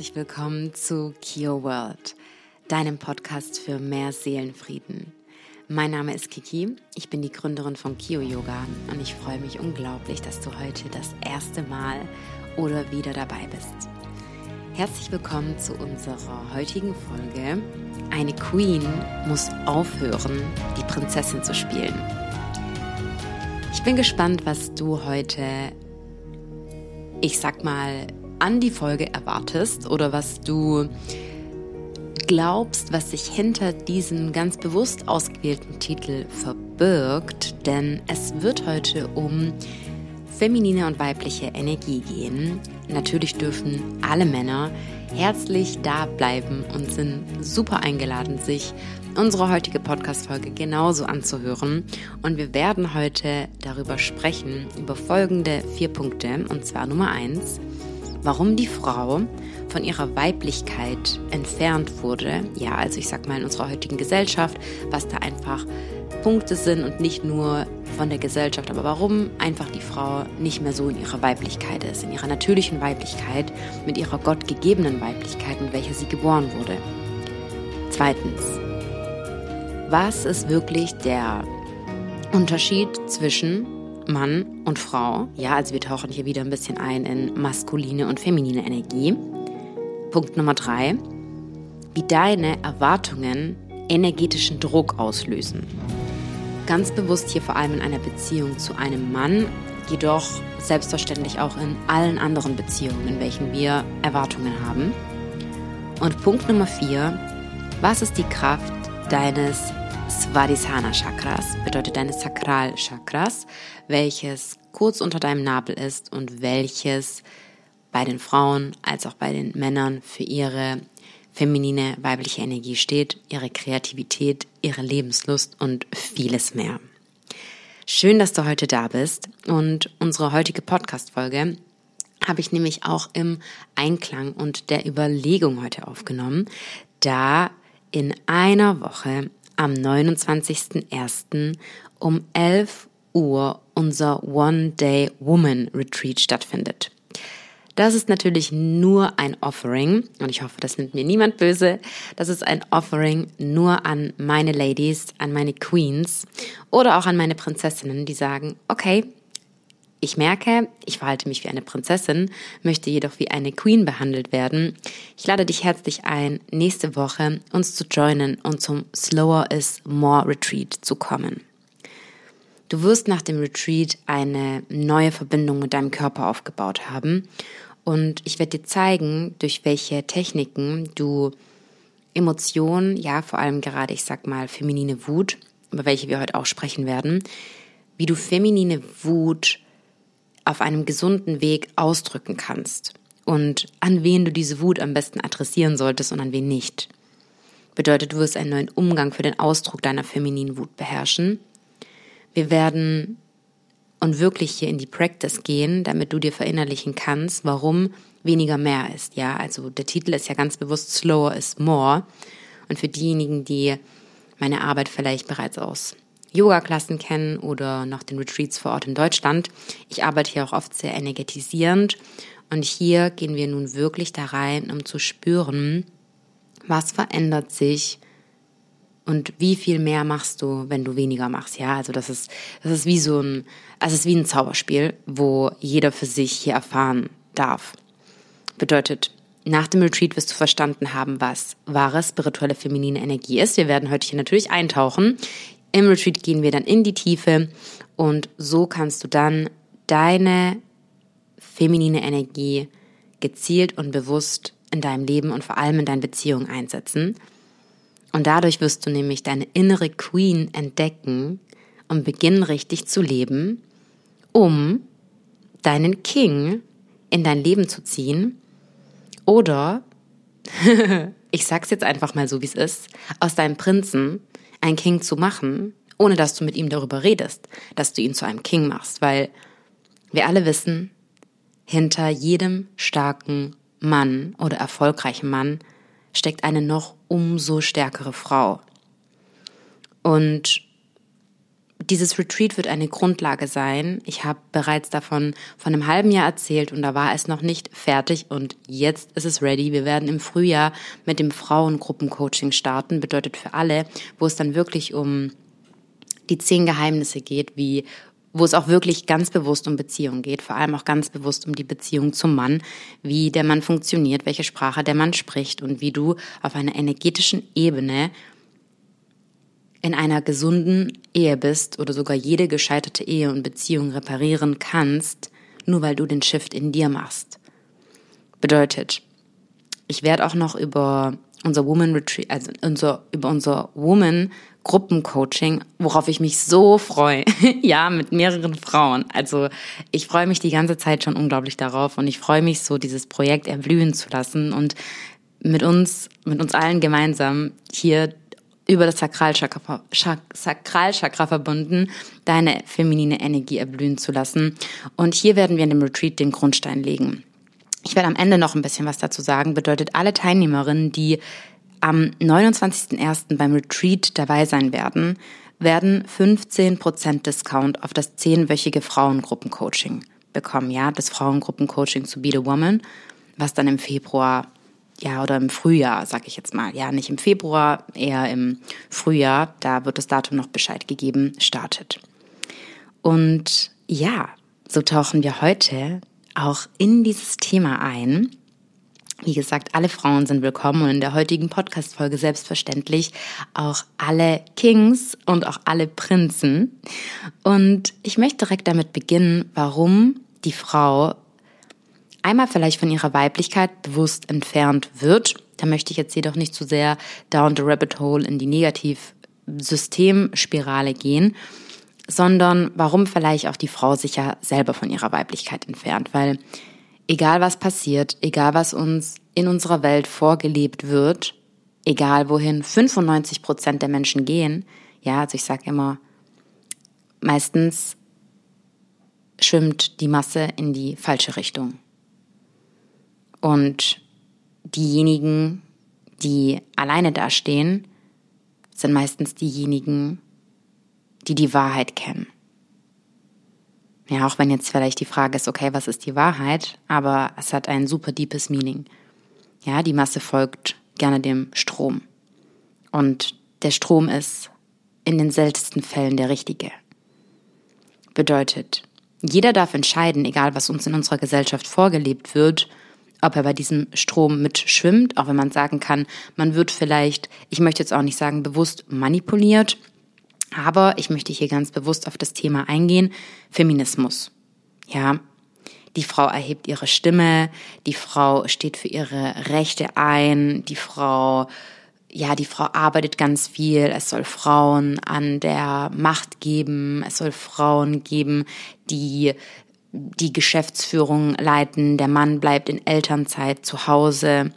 herzlich willkommen zu Kio World, deinem Podcast für mehr Seelenfrieden. Mein Name ist Kiki, ich bin die Gründerin von Kio Yoga und ich freue mich unglaublich, dass du heute das erste Mal oder wieder dabei bist. Herzlich willkommen zu unserer heutigen Folge. Eine Queen muss aufhören, die Prinzessin zu spielen. Ich bin gespannt, was du heute, an die Folge erwartest oder was du glaubst, was sich hinter diesem ganz bewusst ausgewählten Titel verbirgt, denn es wird heute um feminine und weibliche Energie gehen. Natürlich dürfen alle Männer herzlich da bleiben und sind super eingeladen, sich unsere heutige Podcast-Folge genauso anzuhören. Und wir werden heute darüber sprechen, über folgende 4 Punkte, und zwar Nummer 1, warum die Frau von ihrer Weiblichkeit entfernt wurde. Ja, also in unserer heutigen Gesellschaft, was da einfach Punkte sind und nicht nur von der Gesellschaft, aber warum einfach die Frau nicht mehr so in ihrer Weiblichkeit ist, in ihrer natürlichen Weiblichkeit, mit ihrer gottgegebenen Weiblichkeit, mit welcher sie geboren wurde. 2. Was ist wirklich der Unterschied zwischen Mann und Frau? Ja, also wir tauchen hier wieder ein bisschen ein in maskuline und feminine Energie. Punkt Nummer 3, wie deine Erwartungen energetischen Druck auslösen. Ganz bewusst hier vor allem in einer Beziehung zu einem Mann, jedoch selbstverständlich auch in allen anderen Beziehungen, in welchen wir Erwartungen haben. Und Punkt Nummer 4, was ist die Kraft deines Svadhisthana Chakras, bedeutet deines Sakralchakras, welches kurz unter deinem Nabel ist und welches bei den Frauen als auch bei den Männern für ihre feminine, weibliche Energie steht, ihre Kreativität, ihre Lebenslust und vieles mehr. Schön, dass du heute da bist, und unsere heutige Podcast-Folge habe ich nämlich auch im Einklang und der Überlegung heute aufgenommen, da in einer Woche am 29.01. um 11 Uhr unser One-Day-Woman-Retreat stattfindet. Das ist natürlich nur ein Offering, und ich hoffe, das nimmt mir niemand böse. Das ist ein Offering nur an meine Ladies, an meine Queens oder auch an meine Prinzessinnen, die sagen, okay, ich merke, ich verhalte mich wie eine Prinzessin, möchte jedoch wie eine Queen behandelt werden. Ich lade dich herzlich ein, nächste Woche uns zu joinen und zum Slower is More Retreat zu kommen. Du wirst nach dem Retreat eine neue Verbindung mit deinem Körper aufgebaut haben, und ich werde dir zeigen, durch welche Techniken du Emotionen, ja vor allem gerade, feminine Wut, über welche wir heute auch sprechen werden, wie du feminine Wut auf einem gesunden Weg ausdrücken kannst und an wen du diese Wut am besten adressieren solltest und an wen nicht. Bedeutet, du wirst einen neuen Umgang für den Ausdruck deiner femininen Wut beherrschen. Wir werden und wirklich hier in die Practice gehen, damit du dir verinnerlichen kannst, warum weniger mehr ist. Ja, also der Titel ist ja ganz bewusst Slower is More. Und für diejenigen, die meine Arbeit vielleicht bereits aus Yoga-Klassen kennen oder noch den Retreats vor Ort in Deutschland, ich arbeite hier auch oft sehr energetisierend, und hier gehen wir nun wirklich da rein, um zu spüren, was verändert sich und wie viel mehr machst du, wenn du weniger machst. Ja, also das ist wie ein Zauberspiel, wo jeder für sich hier erfahren darf. Bedeutet, nach dem Retreat wirst du verstanden haben, was wahre spirituelle feminine Energie ist. Wir werden heute hier natürlich eintauchen. Im Retreat gehen wir dann in die Tiefe, und so kannst du dann deine feminine Energie gezielt und bewusst in deinem Leben und vor allem in deinen Beziehungen einsetzen. Und dadurch wirst du nämlich deine innere Queen entdecken und beginnen richtig zu leben, um deinen King in dein Leben zu ziehen oder, ich sag's jetzt einfach mal so, wie es ist, aus deinem Prinzen einen King zu machen, ohne dass du mit ihm darüber redest, dass du ihn zu einem King machst, weil wir alle wissen, hinter jedem starken Mann oder erfolgreichen Mann steckt eine noch umso stärkere Frau. Und dieses Retreat wird eine Grundlage sein. Ich habe bereits davon von einem halben Jahr erzählt und da war es noch nicht fertig und jetzt ist es ready. Wir werden im Frühjahr mit dem Frauengruppencoaching starten, bedeutet für alle, wo es dann wirklich um die 10 Geheimnisse geht, wo es auch wirklich ganz bewusst um Beziehungen geht, vor allem auch ganz bewusst um die Beziehung zum Mann, wie der Mann funktioniert, welche Sprache der Mann spricht und wie du auf einer energetischen Ebene in einer gesunden Ehe bist oder sogar jede gescheiterte Ehe und Beziehung reparieren kannst, nur weil du den Shift in dir machst. Bedeutet, ich werde auch noch über unser Woman Retreat, über unser Woman Gruppencoaching, worauf ich mich so freue, ja, mit mehreren Frauen. Also ich freue mich die ganze Zeit schon unglaublich darauf und ich freue mich so, dieses Projekt erblühen zu lassen und mit uns allen gemeinsam hier über das Sakralchakra verbunden, deine feminine Energie erblühen zu lassen. Und hier werden wir in dem Retreat den Grundstein legen. Ich werde am Ende noch ein bisschen was dazu sagen. Bedeutet, alle Teilnehmerinnen, die am 29.01. beim Retreat dabei sein werden 15% Discount auf das 10-wöchige Frauengruppencoaching bekommen. Ja, das Frauengruppencoaching zu Be the Woman, was dann im Februar, ja, oder im Frühjahr, sag ich jetzt mal, ja, nicht im Februar, eher im Frühjahr, da wird das Datum noch Bescheid gegeben, startet. Und ja, so tauchen wir heute auch in dieses Thema ein. Wie gesagt, alle Frauen sind willkommen und in der heutigen Podcast-Folge selbstverständlich auch alle Kings und auch alle Prinzen. Und ich möchte direkt damit beginnen, warum die Frau einmal vielleicht von ihrer Weiblichkeit bewusst entfernt wird. Da möchte ich jetzt jedoch nicht zu sehr down the rabbit hole in die Negativ-Systemspirale gehen, sondern warum vielleicht auch die Frau sich ja selber von ihrer Weiblichkeit entfernt. Weil egal was passiert, egal was uns in unserer Welt vorgelebt wird, egal wohin 95% der Menschen gehen, ja, also ich sage immer, meistens schwimmt die Masse in die falsche Richtung. Und diejenigen, die alleine dastehen, sind meistens diejenigen, die die Wahrheit kennen. Ja, auch wenn jetzt vielleicht die Frage ist, okay, was ist die Wahrheit? Aber es hat ein super deepes Meaning. Ja, die Masse folgt gerne dem Strom. Und der Strom ist in den seltensten Fällen der richtige. Bedeutet, jeder darf entscheiden, egal was uns in unserer Gesellschaft vorgelebt wird, ob er bei diesem Strom mitschwimmt, auch wenn man sagen kann, man wird vielleicht, ich möchte jetzt auch nicht sagen bewusst manipuliert, aber ich möchte hier ganz bewusst auf das Thema eingehen, Feminismus. Ja, die Frau erhebt ihre Stimme, die Frau steht für ihre Rechte ein, die Frau arbeitet ganz viel, es soll Frauen an der Macht geben, es soll Frauen geben, die Geschäftsführung leiten, der Mann bleibt in Elternzeit zu Hause.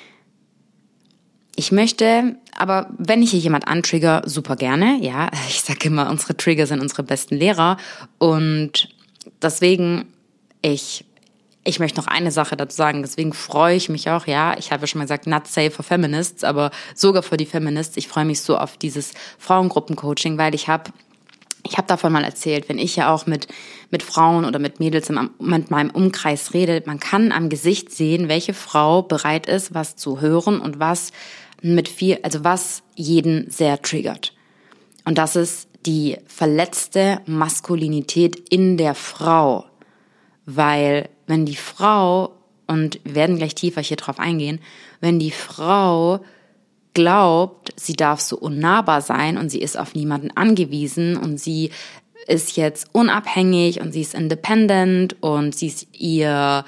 Ich möchte, aber wenn ich hier jemand antrigger, super gerne, ja, ich sage immer, unsere Trigger sind unsere besten Lehrer und deswegen, ich möchte noch eine Sache dazu sagen, deswegen freue ich mich auch, ja, ich habe ja schon mal gesagt, not safe for feminists, aber sogar für die Feminists, ich freue mich so auf dieses Frauengruppencoaching, weil ich habe davon mal erzählt, wenn ich ja auch mit Frauen oder mit Mädels mit meinem Umkreis rede, man kann am Gesicht sehen, welche Frau bereit ist, was zu hören und was was jeden sehr triggert. Und das ist die verletzte Maskulinität in der Frau. Weil wenn die Frau, und wir werden gleich tiefer hier drauf eingehen, wenn die Frau glaubt, sie darf so unnahbar sein und sie ist auf niemanden angewiesen und sie ist jetzt unabhängig und sie ist independent und sie ist ihr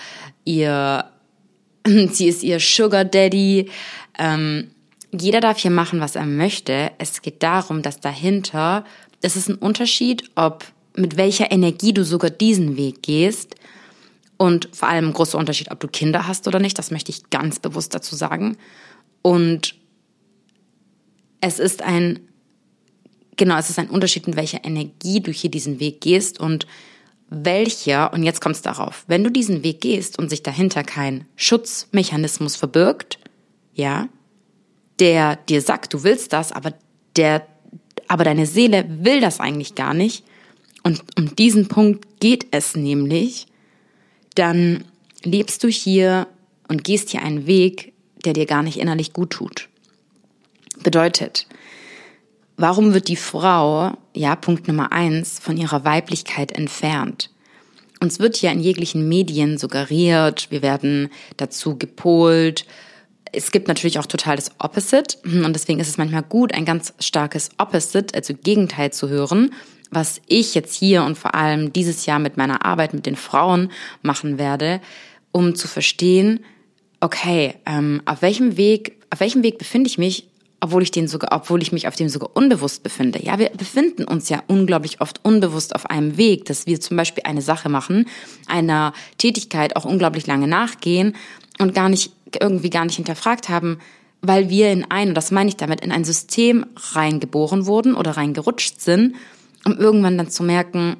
Sugar Daddy. Jeder darf hier machen, was er möchte. Es geht darum, dass dahinter, es ist ein Unterschied, mit welcher Energie du sogar diesen Weg gehst und vor allem ein großer Unterschied, ob du Kinder hast oder nicht. Das möchte ich ganz bewusst dazu sagen. Und es ist ein Unterschied, mit welcher Energie du hier diesen Weg gehst und und jetzt kommt es darauf, wenn du diesen Weg gehst und sich dahinter kein Schutzmechanismus verbirgt, ja, der dir sagt, du willst das, aber der aber deine Seele will das eigentlich gar nicht. Und um diesen Punkt geht es nämlich. Dann lebst du hier und gehst hier einen Weg, der dir gar nicht innerlich gut tut. Bedeutet, warum wird die Frau, Punkt Nummer 1, von ihrer Weiblichkeit entfernt? Uns wird ja in jeglichen Medien suggeriert, wir werden dazu gepolt. Es gibt natürlich auch total das Opposite und deswegen ist es manchmal gut, ein ganz starkes Opposite, also Gegenteil zu hören, was ich jetzt hier und vor allem dieses Jahr mit meiner Arbeit mit den Frauen machen werde, um zu verstehen, okay, auf welchem Weg befinde ich mich, obwohl ich mich auf dem sogar unbewusst befinde. Ja, wir befinden uns ja unglaublich oft unbewusst auf einem Weg, dass wir zum Beispiel eine Sache machen, einer Tätigkeit auch unglaublich lange nachgehen und gar nicht hinterfragt haben, weil wir und das meine ich damit, in ein System reingeboren wurden oder reingerutscht sind, um irgendwann dann zu merken,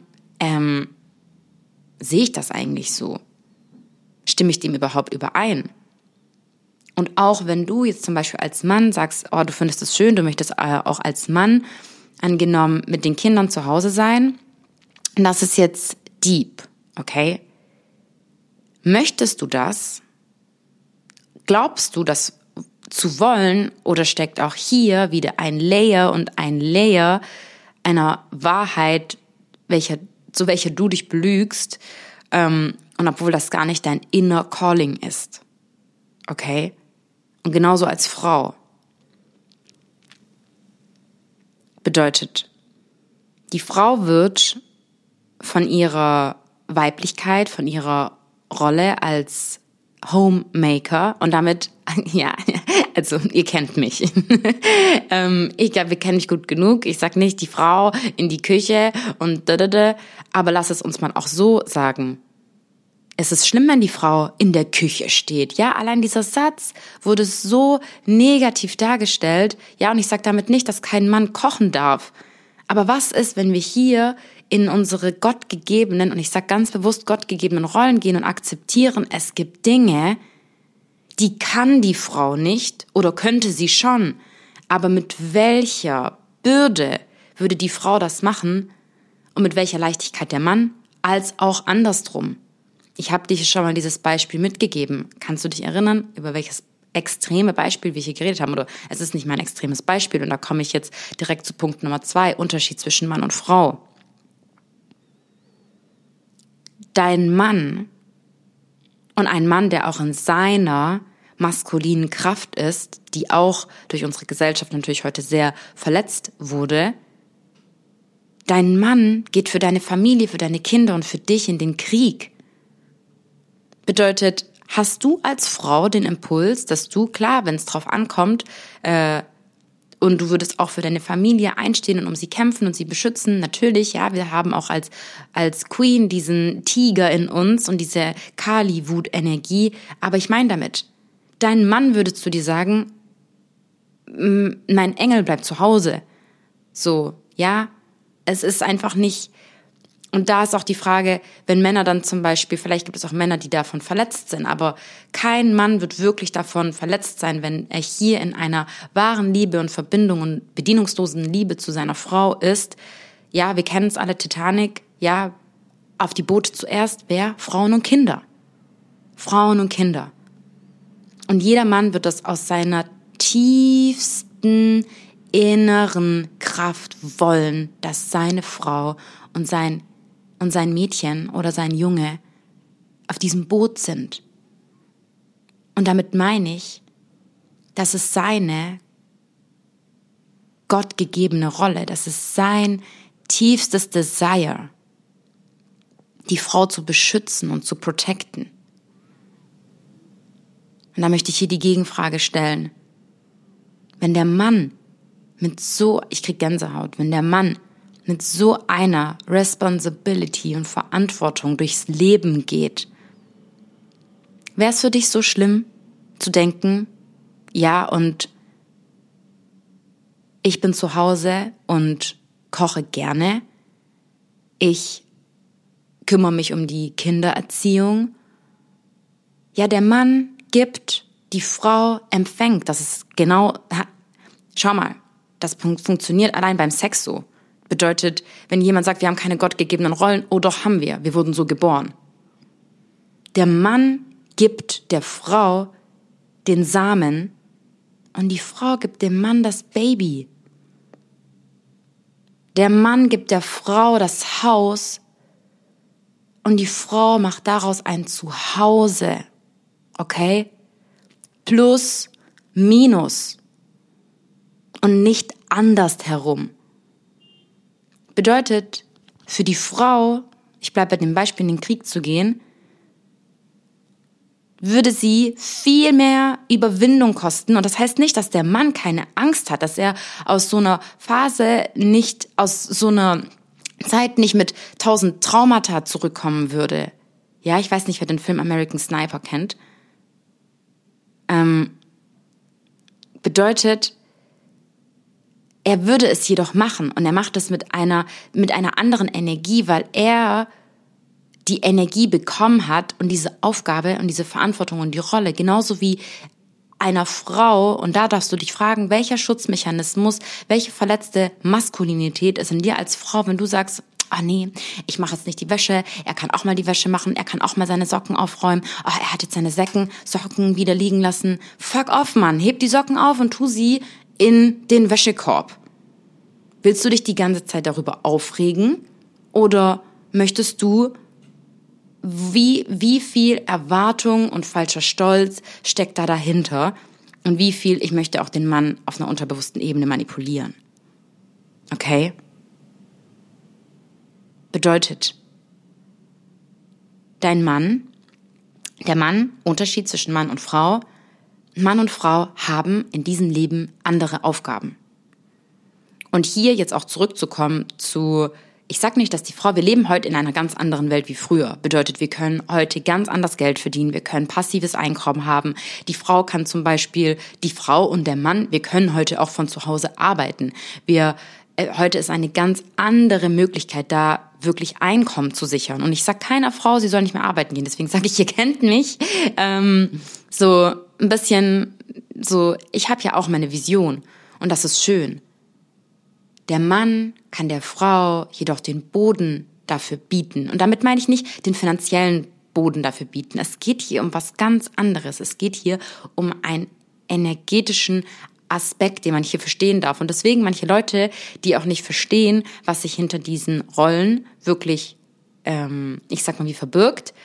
sehe ich das eigentlich so? Stimme ich dem überhaupt überein? Und auch wenn du jetzt zum Beispiel als Mann sagst, du findest es schön, du möchtest auch als Mann angenommen mit den Kindern zu Hause sein, das ist jetzt deep, okay? Möchtest du das? Glaubst du, das zu wollen oder steckt auch hier wieder ein Layer einer Wahrheit, welcher du dich belügst, und obwohl das gar nicht dein inner Calling ist, okay? Und genauso als Frau. Bedeutet, die Frau wird von ihrer Weiblichkeit, von ihrer Rolle als Homemaker und damit, also ihr kennt mich. Ich glaube, wir kennen mich gut genug. Ich sag nicht die Frau in die Küche und aber lass es uns mal auch so sagen. Es ist schlimm, wenn die Frau in der Küche steht. Ja, allein dieser Satz wurde so negativ dargestellt. Ja, und ich sage damit nicht, dass kein Mann kochen darf. Aber was ist, wenn wir hier in unsere gottgegebenen, und ich sage ganz bewusst gottgegebenen Rollen gehen und akzeptieren, es gibt Dinge, die kann die Frau nicht oder könnte sie schon. Aber mit welcher Bürde würde die Frau das machen und mit welcher Leichtigkeit der Mann, als auch andersrum. Ich habe dir schon mal dieses Beispiel mitgegeben. Kannst du dich erinnern, über welches extreme Beispiel wir hier geredet haben? Oder es ist nicht mein extremes Beispiel und da komme ich jetzt direkt zu Punkt Nummer 2, Unterschied zwischen Mann und Frau. Dein Mann und ein Mann, der auch in seiner maskulinen Kraft ist, die auch durch unsere Gesellschaft natürlich heute sehr verletzt wurde, dein Mann geht für deine Familie, für deine Kinder und für dich in den Krieg. Bedeutet, hast du als Frau den Impuls, dass du, klar, wenn es drauf ankommt, und du würdest auch für deine Familie einstehen und um sie kämpfen und sie beschützen, natürlich, ja, wir haben auch als Queen diesen Tiger in uns und diese Kali-Wut-Energie, aber ich meine damit, dein Mann würde zu dir sagen, mein Engel bleibt zu Hause. So, ja, es ist einfach nicht. Und da ist auch die Frage, wenn Männer dann zum Beispiel, vielleicht gibt es auch Männer, die davon verletzt sind, aber kein Mann wird wirklich davon verletzt sein, wenn er hier in einer wahren Liebe und Verbindung und bedienungslosen Liebe zu seiner Frau ist. Ja, wir kennen es alle, Titanic, ja, auf die Boote zuerst, wer? Frauen und Kinder. Frauen und Kinder. Und jeder Mann wird das aus seiner tiefsten inneren Kraft wollen, dass seine Frau und sein Mädchen oder sein Junge auf diesem Boot sind. Und damit meine ich, dass es seine gottgegebene Rolle, das ist sein tiefstes Desire, die Frau zu beschützen und zu protecten. Und da möchte ich hier die Gegenfrage stellen. Wenn der Mann ich krieg Gänsehaut, wenn der Mann mit so einer Responsibility und Verantwortung durchs Leben geht, wäre es für dich so schlimm zu denken, ja, und ich bin zu Hause und koche gerne, ich kümmere mich um die Kindererziehung. Ja, der Mann gibt, die Frau empfängt, das ist genau, schau mal, das funktioniert allein beim Sex so. Bedeutet, wenn jemand sagt, wir haben keine gottgegebenen Rollen, oh doch haben wir wurden so geboren. Der Mann gibt der Frau den Samen und die Frau gibt dem Mann das Baby. Der Mann gibt der Frau das Haus und die Frau macht daraus ein Zuhause. Okay? Plus, minus. Und nicht andersherum. Bedeutet, für die Frau, ich bleibe bei dem Beispiel, in den Krieg zu gehen, würde sie viel mehr Überwindung kosten. Und das heißt nicht, dass der Mann keine Angst hat, dass er aus so einer Phase nicht, aus so einer Zeit nicht mit 1000 Traumata zurückkommen würde. Ja, ich weiß nicht, wer den Film American Sniper kennt. Bedeutet, er würde es jedoch machen und er macht es mit einer anderen Energie, weil er die Energie bekommen hat und diese Aufgabe und diese Verantwortung und die Rolle, genauso wie einer Frau, und da darfst du dich fragen, welcher Schutzmechanismus, welche verletzte Maskulinität ist in dir als Frau, wenn du sagst, nee, ich mache jetzt nicht die Wäsche, er kann auch mal die Wäsche machen, er kann auch mal seine Socken aufräumen, er hat jetzt seine Socken wieder liegen lassen. Fuck off, Mann, heb die Socken auf und tu sie in den Wäschekorb. Willst du dich die ganze Zeit darüber aufregen oder möchtest du, wie viel Erwartung und falscher Stolz steckt da dahinter und wie viel ich möchte auch den Mann auf einer unterbewussten Ebene manipulieren? Okay? Bedeutet, der Mann, Unterschied zwischen Mann und Frau haben in diesem Leben andere Aufgaben. Und hier jetzt auch zurückzukommen zu, ich sag nicht, dass wir leben heute in einer ganz anderen Welt wie früher. Bedeutet, wir können heute ganz anders Geld verdienen, wir können passives Einkommen haben. Die Frau kann zum Beispiel, die Frau und der Mann, wir können heute auch von zu Hause arbeiten. Heute ist eine ganz andere Möglichkeit, da wirklich Einkommen zu sichern. Und ich sage keiner Frau, sie soll nicht mehr arbeiten gehen. Deswegen sage ich, ihr kennt mich. So ein bisschen so, ich habe ja auch meine Vision. Und das ist schön. Der Mann kann der Frau jedoch den Boden dafür bieten. Und damit meine ich nicht den finanziellen Boden dafür bieten. Es geht hier um was ganz anderes. Es geht hier um einen energetischen Aspekt, den man hier verstehen darf. Und deswegen manche Leute, die auch nicht verstehen, was sich hinter diesen Rollen wirklich, ich sag mal, wie verbirgt,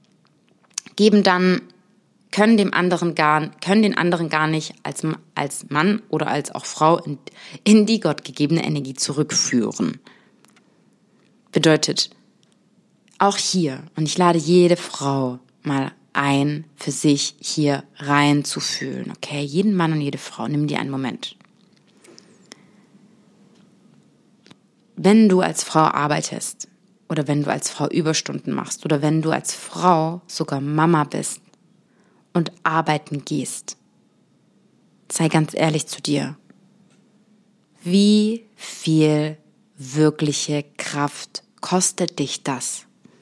können den anderen gar nicht als Mann oder als auch Frau in die gottgegebene Energie zurückführen. Bedeutet, auch hier, und ich lade jede Frau mal ein, für sich hier reinzufühlen, okay? Jeden Mann und jede Frau, nimm dir einen Moment. Wenn du als Frau arbeitest oder wenn du als Frau Überstunden machst oder wenn du als Frau sogar Mama bist und arbeiten gehst, sei ganz ehrlich zu dir. Wie viel wirkliche Kraft kostet dich das?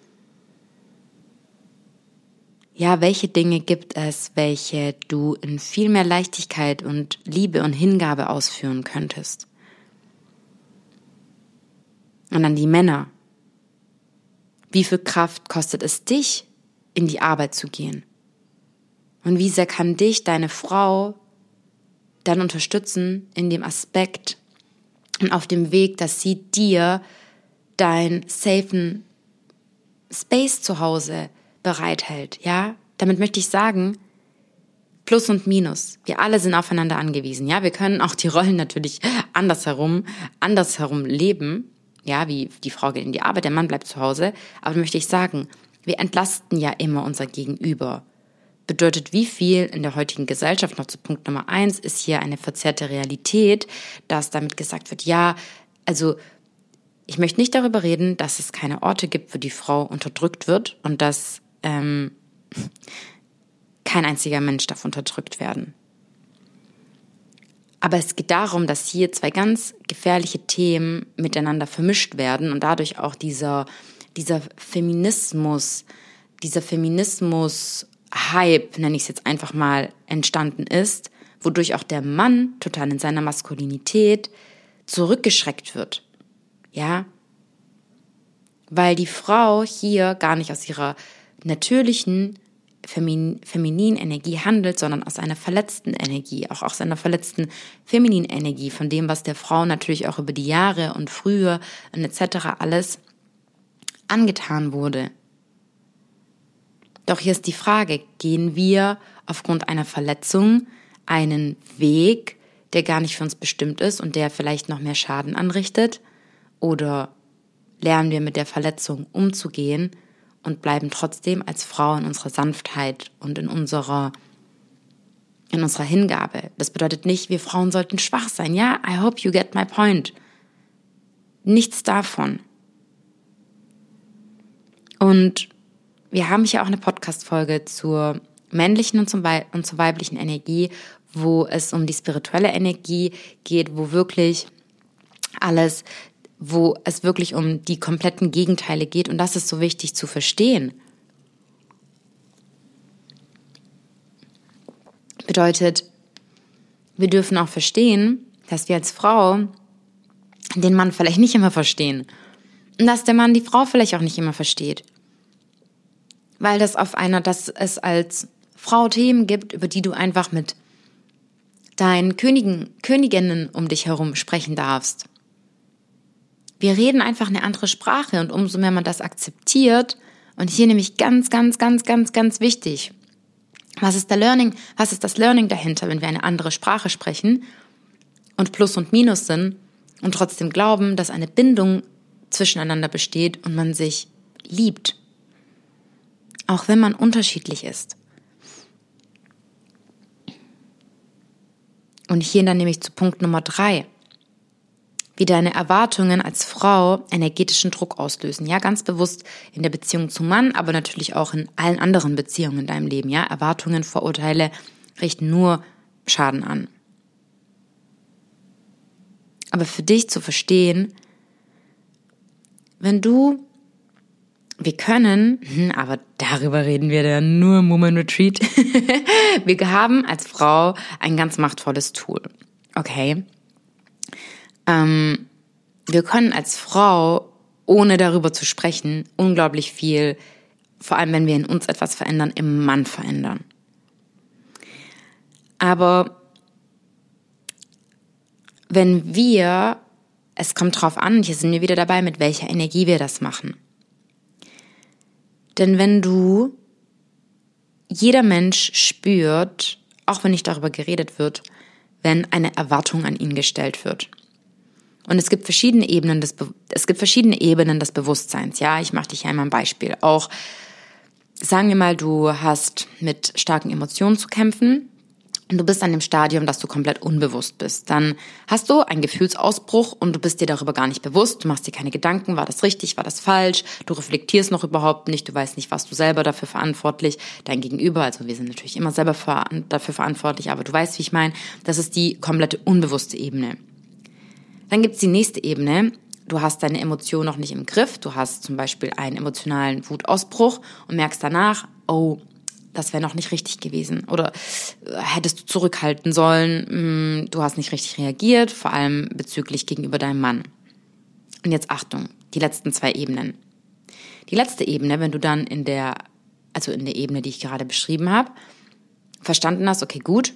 Ja, welche Dinge gibt es, welche du in viel mehr Leichtigkeit und Liebe und Hingabe ausführen könntest? Und an die Männer. Wie viel Kraft kostet es dich, in die Arbeit zu gehen? Und wie sehr kann dich deine Frau dann unterstützen in dem Aspekt und auf dem Weg, dass sie dir deinen safen Space zu Hause bereithält, ja? Damit möchte ich sagen, Plus und Minus. Wir alle sind aufeinander angewiesen, ja? Wir können auch die Rollen natürlich andersherum leben, ja? Wie die Frau geht in die Arbeit, der Mann bleibt zu Hause. Aber möchte ich sagen, wir entlasten ja immer unser Gegenüber. Bedeutet, wie viel in der heutigen Gesellschaft, noch zu Punkt Nummer 1, ist hier eine verzerrte Realität, dass damit gesagt wird, ja, also ich möchte nicht darüber reden, dass es keine Orte gibt, wo die Frau unterdrückt wird und dass kein einziger Mensch darf unterdrückt werden. Aber es geht darum, dass hier zwei ganz gefährliche Themen miteinander vermischt werden und dadurch auch dieser Feminismus-Hype, nenne ich es jetzt einfach mal, entstanden ist, wodurch auch der Mann total in seiner Maskulinität zurückgeschreckt wird. Ja, weil die Frau hier gar nicht aus ihrer natürlichen femininen Energie handelt, sondern aus einer verletzten Energie, auch aus einer verletzten femininen Energie, von dem, was der Frau natürlich auch über die Jahre und früher und etc. alles angetan wurde. Doch hier ist die Frage, gehen wir aufgrund einer Verletzung einen Weg, der gar nicht für uns bestimmt ist und der vielleicht noch mehr Schaden anrichtet? Oder lernen wir mit der Verletzung umzugehen und bleiben trotzdem als Frau in unserer Sanftheit und in unserer Hingabe? Das bedeutet nicht, wir Frauen sollten schwach sein. Ja, I hope you get my point. Nichts davon. Und wir haben hier auch eine Podcast-Folge zur männlichen und zur weiblichen Energie, wo es um die spirituelle Energie geht, wo es wirklich um die kompletten Gegenteile geht. Und das ist so wichtig zu verstehen. Bedeutet, wir dürfen auch verstehen, dass wir als Frau den Mann vielleicht nicht immer verstehen. Und dass der Mann die Frau vielleicht auch nicht immer versteht. Weil dass es als Frau Themen gibt, über die du einfach mit deinen Königinnen um dich herum sprechen darfst. Wir reden einfach eine andere Sprache und umso mehr man das akzeptiert, und hier nämlich ganz, ganz, ganz, ganz, ganz wichtig, was ist das Learning dahinter, wenn wir eine andere Sprache sprechen und Plus und Minus sind und trotzdem glauben, dass eine Bindung zwischeneinander besteht und man sich liebt, auch wenn man unterschiedlich ist. Und hier dann nämlich zu Punkt Nummer 3. Wie deine Erwartungen als Frau energetischen Druck auslösen. Ja, ganz bewusst in der Beziehung zum Mann, aber natürlich auch in allen anderen Beziehungen in deinem Leben. Ja, Erwartungen, Vorurteile richten nur Schaden an. Aber für dich zu verstehen, wir können, aber darüber reden wir dann nur im Woman Retreat. Wir haben als Frau ein ganz machtvolles Tool. Okay? Wir können als Frau, ohne darüber zu sprechen, unglaublich viel, vor allem wenn wir in uns etwas verändern, im Mann verändern. Aber es kommt drauf an, hier sind wir wieder dabei, mit welcher Energie wir das machen. Denn jeder Mensch spürt, auch wenn nicht darüber geredet wird, wenn eine Erwartung an ihn gestellt wird. Und es gibt verschiedene Ebenen des Bewusstseins. Ja, ich mache dir hier einmal ein Beispiel. Auch, sagen wir mal, du hast mit starken Emotionen zu kämpfen und du bist an dem Stadium, dass du komplett unbewusst bist. Dann hast du einen Gefühlsausbruch und du bist dir darüber gar nicht bewusst. Du machst dir keine Gedanken, war das richtig, war das falsch? Du reflektierst noch überhaupt nicht. Du weißt nicht, was du selber dafür verantwortlich, dein Gegenüber. Also wir sind natürlich immer selber dafür verantwortlich, aber du weißt, wie ich meine. Das ist die komplette unbewusste Ebene. Dann gibt es die nächste Ebene. Du hast deine Emotion noch nicht im Griff. Du hast zum Beispiel einen emotionalen Wutausbruch und merkst danach, oh, das wäre noch nicht richtig gewesen. Oder hättest du zurückhalten sollen, du hast nicht richtig reagiert, vor allem bezüglich gegenüber deinem Mann. Und jetzt Achtung, die letzten 2 Ebenen. Die letzte Ebene, wenn du dann in der Ebene, die ich gerade beschrieben habe, verstanden hast, okay, gut,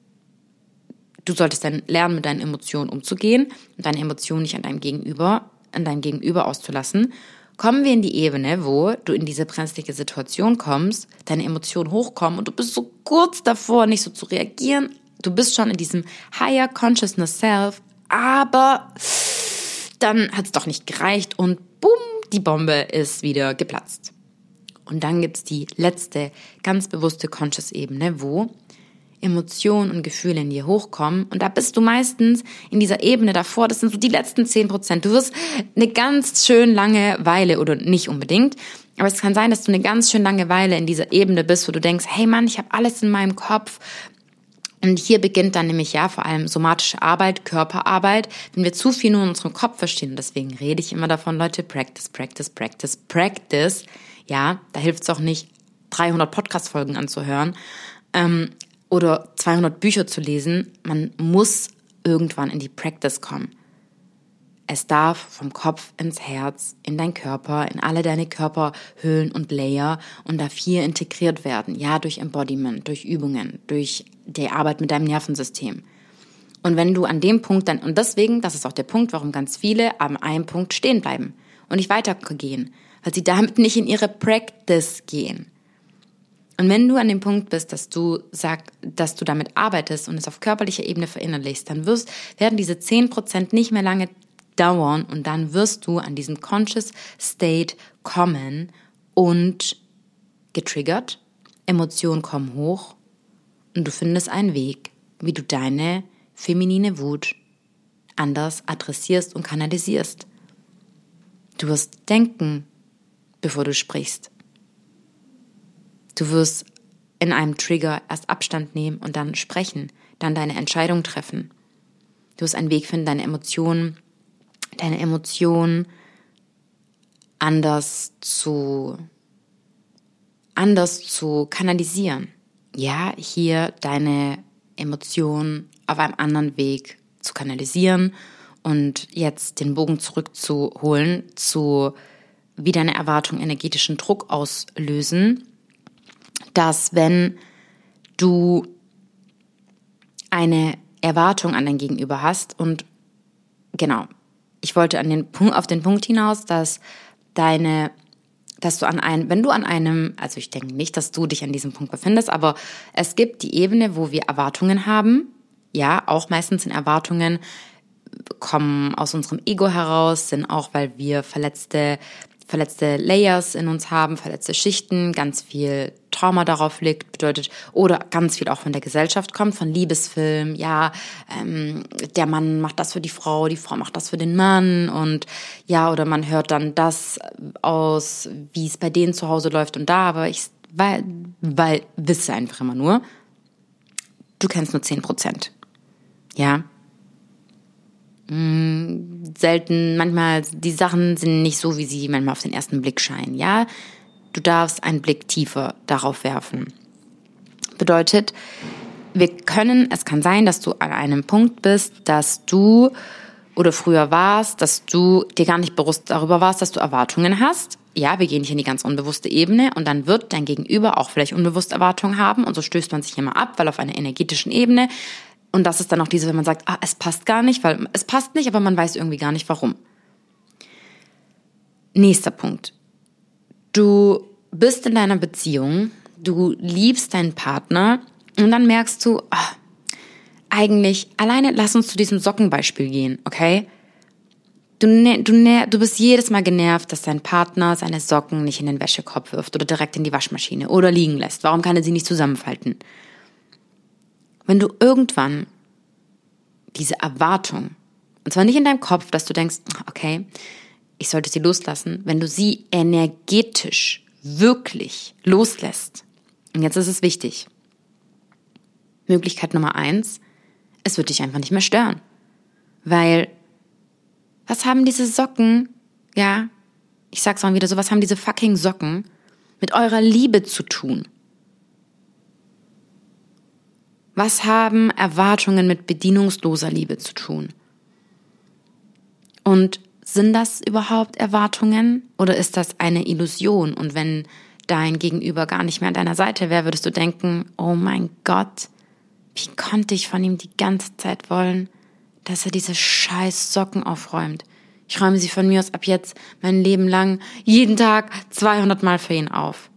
du solltest dann lernen, mit deinen Emotionen umzugehen und deine Emotionen nicht an deinem Gegenüber auszulassen, kommen wir in die Ebene, wo du in diese brenzlige Situation kommst, deine Emotionen hochkommen und du bist so kurz davor, nicht so zu reagieren. Du bist schon in diesem Higher Consciousness Self, aber dann hat es doch nicht gereicht und bumm, die Bombe ist wieder geplatzt. Und dann gibt es die letzte, ganz bewusste Conscious-Ebene, wo Emotionen und Gefühle in dir hochkommen. Und da bist du meistens in dieser Ebene davor, das sind so die letzten 10%. Du wirst eine ganz schön lange Weile, oder nicht unbedingt, aber es kann sein, dass du eine ganz schön lange Weile in dieser Ebene bist, wo du denkst, hey Mann, ich habe alles in meinem Kopf. Und hier beginnt dann nämlich vor allem somatische Arbeit, Körperarbeit, wenn wir zu viel nur in unserem Kopf verstehen. Und deswegen rede ich immer davon, Leute, practice, practice, practice, practice. Ja, da hilft es auch nicht, 300 Podcast-Folgen anzuhören. oder 200 Bücher zu lesen. Man muss irgendwann in die Practice kommen. Es darf vom Kopf ins Herz, in deinen Körper, in alle deine Körperhöhlen und Layer und darf hier integriert werden. Ja, durch Embodiment, durch Übungen, durch die Arbeit mit deinem Nervensystem. Und wenn du an dem Punkt dann, und deswegen, das ist auch der Punkt, warum ganz viele an einem Punkt stehen bleiben und nicht weitergehen, weil sie damit nicht in ihre Practice gehen. Und wenn du an dem Punkt bist, dass du sagst, dass du damit arbeitest und es auf körperlicher Ebene verinnerlichst, dann werden diese 10% nicht mehr lange dauern und dann wirst du an diesen Conscious State kommen und getriggert, Emotionen kommen hoch und du findest einen Weg, wie du deine feminine Wut anders adressierst und kanalisierst. Du wirst denken, bevor du sprichst. Du wirst in einem Trigger erst Abstand nehmen und dann sprechen, dann deine Entscheidung treffen. Du wirst einen Weg finden, deine Emotionen anders zu kanalisieren. Ja, hier deine Emotionen auf einem anderen Weg zu kanalisieren und jetzt den Bogen zurückzuholen zu, wie deine Erwartungen energetischen Druck auslösen, dass wenn du eine Erwartung an dein Gegenüber hast und genau, ich wollte auf den Punkt hinaus, dass wenn du an einem, also ich denke nicht, dass du dich an diesem Punkt befindest, aber es gibt die Ebene, wo wir Erwartungen haben, ja, auch meistens sind Erwartungen, kommen aus unserem Ego heraus, sind auch, weil wir verletzte Layers in uns haben, verletzte Schichten, ganz viel Trauma darauf liegt, bedeutet, oder ganz viel auch von der Gesellschaft kommt, von Liebesfilmen, ja, der Mann macht das für die Frau macht das für den Mann und ja, oder man hört dann das aus, wie es bei denen zu Hause läuft und da, aber weil wisse einfach immer nur, du kennst nur 10%, ja. Selten, manchmal, die Sachen sind nicht so, wie sie manchmal auf den ersten Blick scheinen, ja. Du darfst einen Blick tiefer darauf werfen. Bedeutet, es kann sein, dass du an einem Punkt bist, dass du oder früher warst, dass du dir gar nicht bewusst darüber warst, dass du Erwartungen hast. Ja, wir gehen nicht in die ganz unbewusste Ebene und dann wird dein Gegenüber auch vielleicht unbewusst Erwartungen haben und so stößt man sich immer ab, weil auf einer energetischen Ebene. Und das ist dann auch diese, wenn man sagt, es passt gar nicht, weil es passt nicht, aber man weiß irgendwie gar nicht, warum. Nächster Punkt. Du bist in deiner Beziehung, du liebst deinen Partner und dann merkst du, eigentlich, alleine lass uns zu diesem Sockenbeispiel gehen, okay? Du bist jedes Mal genervt, dass dein Partner seine Socken nicht in den Wäschekorb wirft oder direkt in die Waschmaschine oder liegen lässt. Warum kann er sie nicht zusammenfalten? Wenn du irgendwann diese Erwartung, und zwar nicht in deinem Kopf, dass du denkst, okay, ich sollte sie loslassen, wenn du sie energetisch wirklich loslässt. Und jetzt ist es wichtig. Möglichkeit Nummer 1, es wird dich einfach nicht mehr stören. Weil, was haben diese Socken, ja, ich sag's mal wieder so, was haben diese fucking Socken mit eurer Liebe zu tun? Was haben Erwartungen mit bedienungsloser Liebe zu tun? Und sind das überhaupt Erwartungen oder ist das eine Illusion? Und wenn dein Gegenüber gar nicht mehr an deiner Seite wäre, würdest du denken, oh mein Gott, wie konnte ich von ihm die ganze Zeit wollen, dass er diese scheiß Socken aufräumt? Ich räume sie von mir aus ab jetzt mein Leben lang jeden Tag 200 Mal für ihn auf.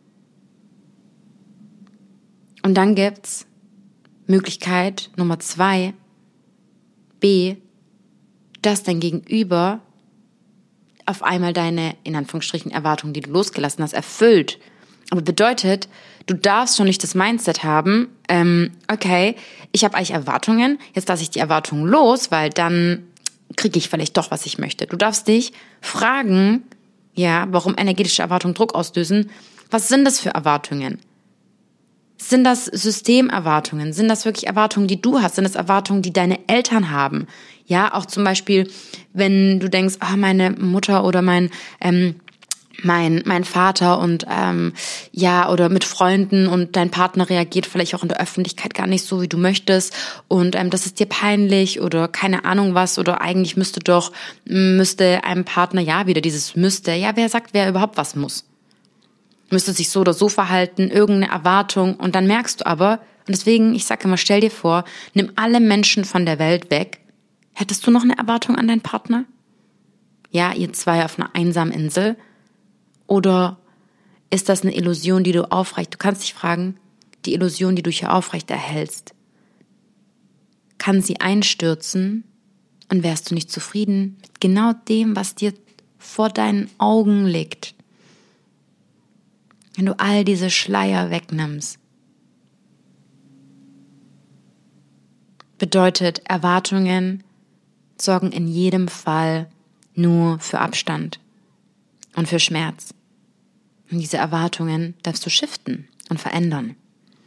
Und dann gibt's Möglichkeit Nummer 2, B, dass dein Gegenüber auf einmal deine, in Anführungsstrichen, Erwartungen, die du losgelassen hast, erfüllt. Aber bedeutet, du darfst schon nicht das Mindset haben, okay, ich habe eigentlich Erwartungen, jetzt lasse ich die Erwartungen los, weil dann kriege ich vielleicht doch, was ich möchte. Du darfst dich fragen, ja, warum energetische Erwartungen Druck auslösen. Was sind das für Erwartungen? Sind das Systemerwartungen? Sind das wirklich Erwartungen, die du hast? Sind das Erwartungen, die deine Eltern haben? Ja, auch zum Beispiel, wenn du denkst, meine Mutter oder mein mein Vater und oder mit Freunden und dein Partner reagiert vielleicht auch in der Öffentlichkeit gar nicht so, wie du möchtest und das ist dir peinlich oder keine Ahnung was oder eigentlich müsste einem Partner, wieder dieses müsste, wer sagt, wer überhaupt was muss? Müsste sich so oder so verhalten, irgendeine Erwartung und dann merkst du aber, und deswegen, ich sage immer, stell dir vor, nimm alle Menschen von der Welt weg, hättest du noch eine Erwartung an deinen Partner? Ja, ihr zwei auf einer einsamen Insel? Oder ist das eine Illusion, die du du kannst dich fragen, die Illusion, die du hier aufrecht erhältst, kann sie einstürzen und wärst du nicht zufrieden mit genau dem, was dir vor deinen Augen liegt? Wenn du all diese Schleier wegnimmst, bedeutet, Erwartungen sorgen in jedem Fall nur für Abstand und für Schmerz. Und diese Erwartungen darfst du shiften und verändern.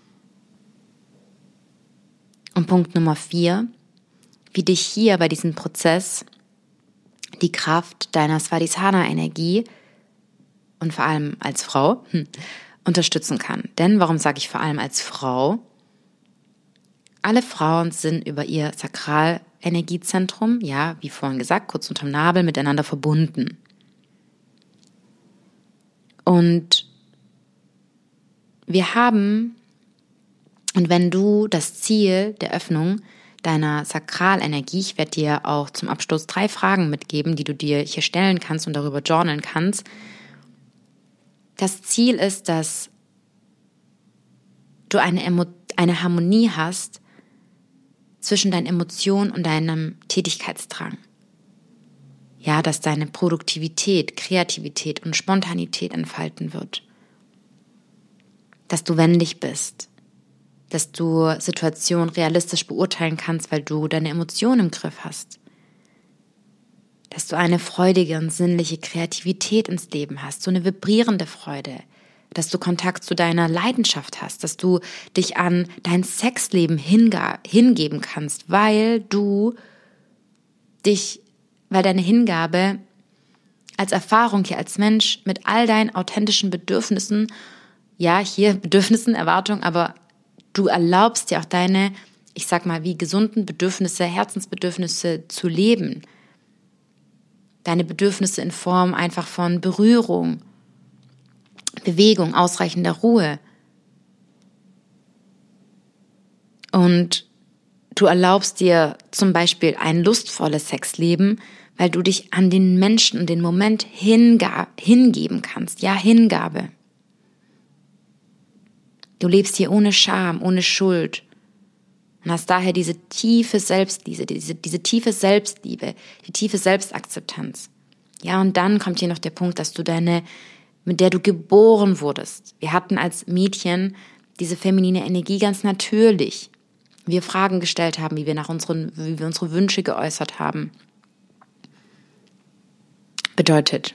Und Punkt Nummer 4, wie dich hier bei diesem Prozess die Kraft deiner Svadhisthana-Energie und vor allem als Frau unterstützen kann. Denn warum sage ich vor allem als Frau? Alle Frauen sind über ihr Sakralenergiezentrum, wie vorhin gesagt, kurz unterm Nabel, miteinander verbunden. Und wenn du das Ziel der Öffnung deiner Sakralenergie, ich werde dir auch zum Abschluss 3 Fragen mitgeben, die du dir hier stellen kannst und darüber journalen kannst. Das Ziel ist, dass du eine Harmonie hast zwischen deinen Emotionen und deinem Tätigkeitsdrang. Ja, dass deine Produktivität, Kreativität und Spontanität entfalten wird. Dass du wendig bist. Dass du Situationen realistisch beurteilen kannst, weil du deine Emotionen im Griff hast. Dass du eine freudige und sinnliche Kreativität ins Leben hast, so eine vibrierende Freude. Dass du Kontakt zu deiner Leidenschaft hast, dass du dich an dein Sexleben hingeben kannst, weil deine Hingabe als Erfahrung hier als Mensch mit all deinen authentischen Bedürfnissen, Bedürfnissen, Erwartungen, aber du erlaubst dir auch deine, ich sag mal, wie gesunden Bedürfnisse, Herzensbedürfnisse zu leben. Deine Bedürfnisse in Form einfach von Berührung, Bewegung, ausreichender Ruhe. Und du erlaubst dir zum Beispiel ein lustvolles Sexleben, weil du dich an den Menschen und den Moment hingeben kannst. Ja, Hingabe. Du lebst hier ohne Scham, ohne Schuld und hast daher diese tiefe Selbstliebe, diese tiefe Selbstliebe, die tiefe Selbstakzeptanz. Ja, und dann kommt hier noch der Punkt, dass du mit der du geboren wurdest. Wir hatten als Mädchen diese feminine Energie ganz natürlich. Wir Fragen gestellt haben, wie wir unsere Wünsche geäußert haben. Bedeutet,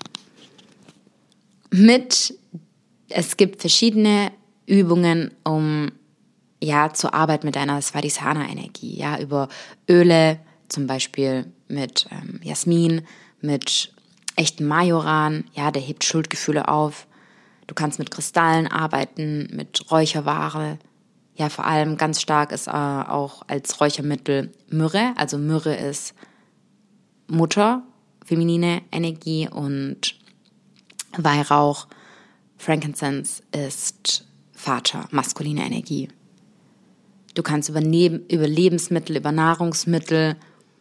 es gibt verschiedene Übungen, zur Arbeit mit deiner Svadhisthana-Energie, über Öle, zum Beispiel mit Jasmin, mit echten Majoran, der hebt Schuldgefühle auf. Du kannst mit Kristallen arbeiten, mit Räucherware. Ja, vor allem ganz stark ist auch als Räuchermittel Myrrhe. Also Myrrhe ist Mutter, feminine Energie, und Weihrauch, Frankincense ist Vater, maskuline Energie. Du kannst über Lebensmittel, über Nahrungsmittel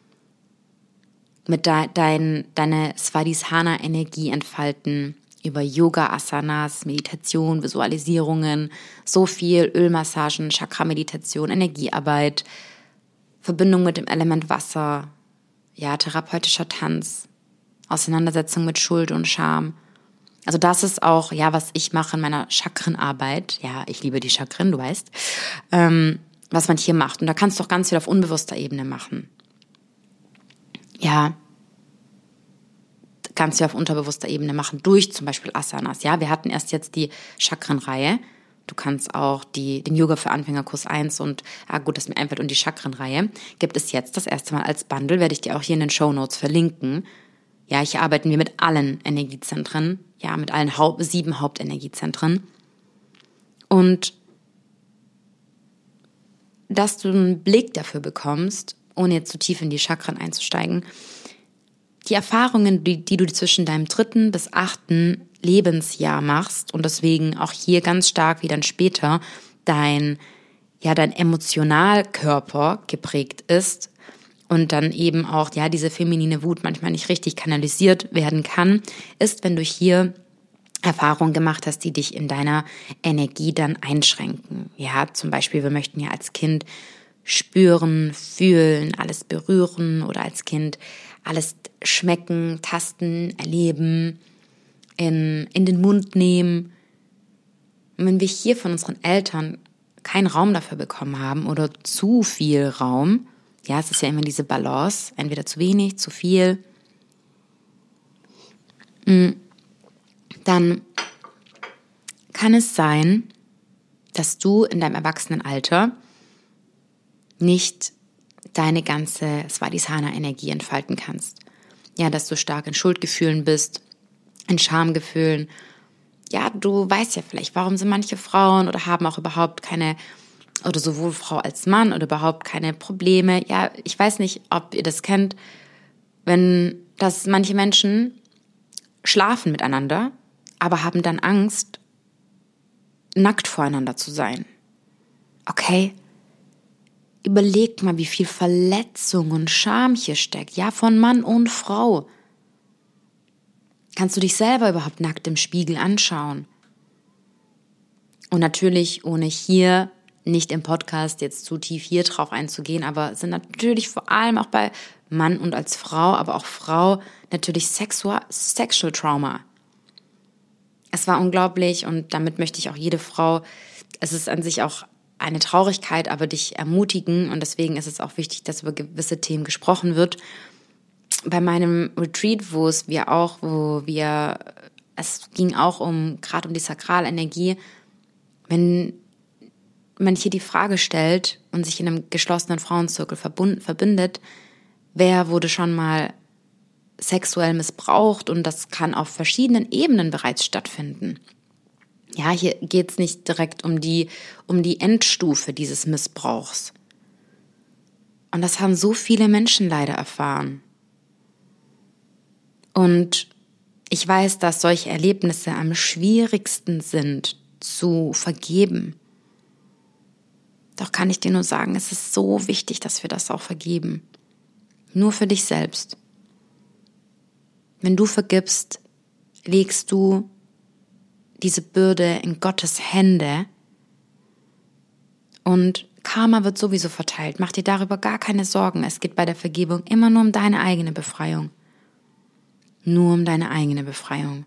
mit deine Svadhisthana-Energie entfalten, über Yoga-Asanas, Meditation, Visualisierungen, so viel Ölmassagen, Chakra-Meditation, Energiearbeit, Verbindung mit dem Element Wasser, therapeutischer Tanz, Auseinandersetzung mit Schuld und Scham. Also das ist auch, was ich mache in meiner Chakrenarbeit. Ja, ich liebe die Chakren, du weißt, was man hier macht. Und da kannst du auch ganz viel auf unbewusster Ebene machen. Ja, kannst du auf unterbewusster Ebene machen, durch zum Beispiel Asanas. Ja, wir hatten erst jetzt die Chakrenreihe. Du kannst auch den Yoga für Anfänger Kurs 1 und, das mir einfällt, und die Chakrenreihe gibt es jetzt das erste Mal als Bundle, werde ich dir auch hier in den Shownotes verlinken. Ja, hier arbeiten wir mit allen Energiezentren, ja, mit allen 7 Hauptenergiezentren. Und dass du einen Blick dafür bekommst, ohne jetzt zu tief in die Chakren einzusteigen, die Erfahrungen, die du zwischen deinem 3. bis 8. Lebensjahr machst und deswegen auch hier ganz stark wie dann später dein Emotionalkörper geprägt ist und dann eben auch diese feminine Wut manchmal nicht richtig kanalisiert werden kann, ist, wenn du hier Erfahrungen gemacht hast, die dich in deiner Energie dann einschränken. Ja, zum Beispiel, wir möchten ja als Kind spüren, fühlen, alles berühren oder als Kind alles schmecken, tasten, erleben, in den Mund nehmen. Und wenn wir hier von unseren Eltern keinen Raum dafür bekommen haben oder zu viel Raum, ja, es ist ja immer diese Balance, entweder zu wenig, zu viel, dann kann es sein, dass du in deinem Erwachsenenalter nicht deine ganze Svadhisthana-Energie entfalten kannst. Ja, dass du stark in Schuldgefühlen bist, in Schamgefühlen. Ja, du weißt ja vielleicht, warum sind manche Frauen oder haben auch überhaupt keine, oder sowohl Frau als Mann oder überhaupt keine Probleme. Ja, ich weiß nicht, ob ihr das kennt, dass manche Menschen schlafen miteinander, aber haben dann Angst, nackt voreinander zu sein. Okay? Überlegt mal, wie viel Verletzung und Scham hier steckt. Ja, von Mann und Frau. Kannst du dich selber überhaupt nackt im Spiegel anschauen? Und natürlich, ohne hier nicht im Podcast jetzt zu tief hier drauf einzugehen, aber sind natürlich vor allem auch bei Mann und als Frau, aber auch Frau natürlich Sexual Trauma. Es war unglaublich und damit möchte ich auch jede Frau, es ist an sich auch eine Traurigkeit, aber dich ermutigen und deswegen ist es auch wichtig, dass über gewisse Themen gesprochen wird. Bei meinem Retreat, es ging auch gerade um die Sakralenergie, wenn man hier die Frage stellt und sich in einem geschlossenen Frauenzirkel verbindet, wer wurde schon mal sexuell missbraucht und das kann auf verschiedenen Ebenen bereits stattfinden. Ja, hier geht es nicht direkt um die Endstufe dieses Missbrauchs. Und das haben so viele Menschen leider erfahren. Und ich weiß, dass solche Erlebnisse am schwierigsten sind zu vergeben. Doch kann ich dir nur sagen, es ist so wichtig, dass wir das auch vergeben. Nur für dich selbst. Wenn du vergibst, legst du diese Bürde in Gottes Hände und Karma wird sowieso verteilt. Mach dir darüber gar keine Sorgen. Es geht bei der Vergebung immer nur um deine eigene Befreiung. Nur um deine eigene Befreiung.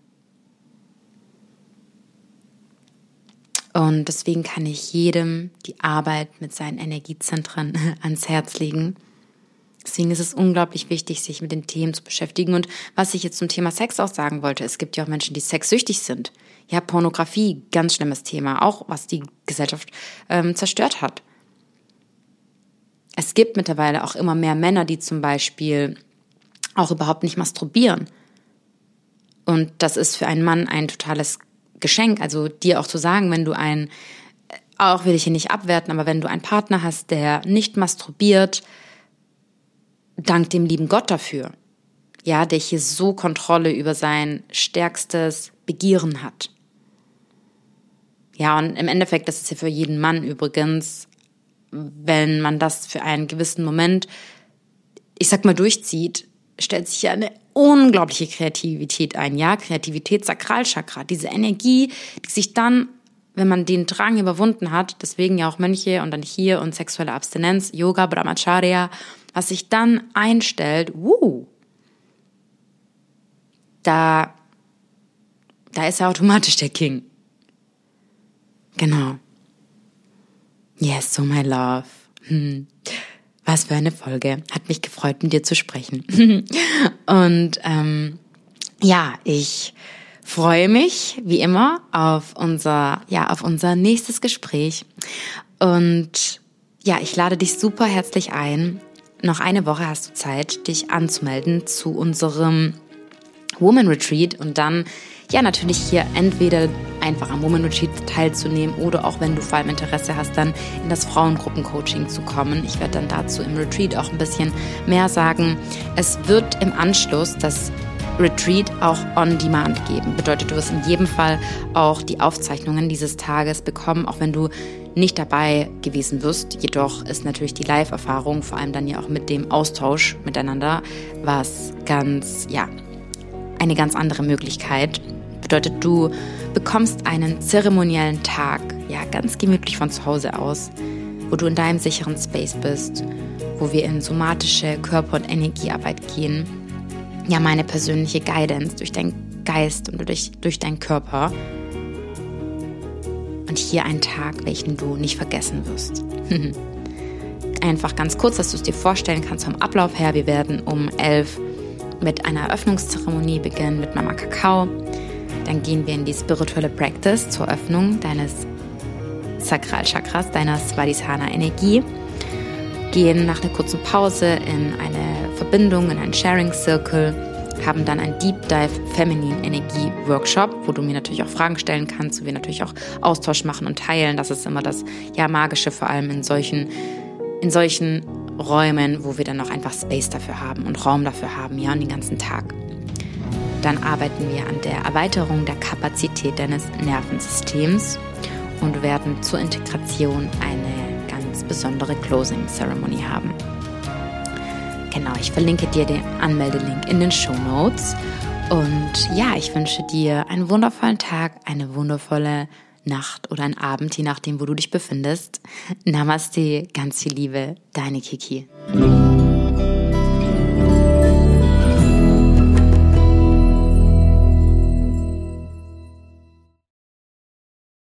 Und deswegen kann ich jedem die Arbeit mit seinen Energiezentren ans Herz legen. Deswegen ist es unglaublich wichtig, sich mit den Themen zu beschäftigen. Und was ich jetzt zum Thema Sex auch sagen wollte, es gibt ja auch Menschen, die sexsüchtig sind. Ja, Pornografie, ganz schlimmes Thema, auch was die Gesellschaft zerstört hat. Es gibt mittlerweile auch immer mehr Männer, die zum Beispiel auch überhaupt nicht masturbieren. Und das ist für einen Mann ein totales Geschenk. Also dir auch zu sagen, wenn du auch will ich hier nicht abwerten, aber wenn du einen Partner hast, der nicht masturbiert, dank dem lieben Gott dafür, ja, der hier so Kontrolle über sein stärkstes Begehren hat. Ja, und im Endeffekt, das ist ja für jeden Mann übrigens, wenn man das für einen gewissen Moment, ich sag mal, durchzieht, stellt sich ja eine unglaubliche Kreativität ein. Ja, Kreativität, Sakralchakra, diese Energie, die sich dann, wenn man den Drang überwunden hat, deswegen ja auch Mönche und dann hier und sexuelle Abstinenz, Yoga, Brahmacharya, was sich dann einstellt, da ist er automatisch der King. Genau. Yes, so my love. Was für eine Folge. Hat mich gefreut, mit dir zu sprechen. Und ich freue mich, wie immer, auf unser nächstes Gespräch. Und ja, ich lade dich super herzlich ein. Noch eine Woche hast du Zeit, dich anzumelden zu unserem Woman Retreat und dann natürlich hier entweder einfach am Woman Retreat teilzunehmen oder auch, wenn du vor allem Interesse hast, dann in das Frauengruppencoaching zu kommen. Ich werde dann dazu im Retreat auch ein bisschen mehr sagen. Es wird im Anschluss das Retreat auch on demand geben. Bedeutet, du wirst in jedem Fall auch die Aufzeichnungen dieses Tages bekommen, auch wenn du nicht dabei gewesen wirst. Jedoch ist natürlich die Live-Erfahrung, vor allem dann ja auch mit dem Austausch miteinander, eine ganz andere Möglichkeit. Bedeutet, du bekommst einen zeremoniellen Tag, ganz gemütlich von zu Hause aus, wo du in deinem sicheren Space bist, wo wir in somatische Körper- und Energiearbeit gehen. Meine persönliche Guidance durch deinen Geist und durch deinen Körper. Und hier einen Tag, welchen du nicht vergessen wirst. Einfach ganz kurz, dass du es dir vorstellen kannst vom Ablauf her. Wir werden um 11 mit einer Eröffnungszeremonie beginnen mit Mama Kakao. Dann gehen wir in die spirituelle Practice zur Öffnung deines Sakralchakras, deiner Svadhisthana Energie. Gehen nach einer kurzen Pause in eine Verbindung, in einen Sharing Circle, haben dann einen Deep Dive Feminine Energie Workshop, wo du mir natürlich auch Fragen stellen kannst, wo wir natürlich auch Austausch machen und teilen. Das ist immer das Magische, vor allem in solchen Räumen, wo wir dann auch einfach Space dafür haben und Raum dafür haben, und den ganzen Tag. Dann arbeiten wir an der Erweiterung der Kapazität deines Nervensystems und werden zur Integration eine ganz besondere Closing Ceremony haben. Genau, ich verlinke dir den Anmeldelink in den Shownotes. Und ich wünsche dir einen wundervollen Tag, eine wundervolle Nacht oder einen Abend, je nachdem, wo du dich befindest. Namaste, ganz viel Liebe, deine Kiki.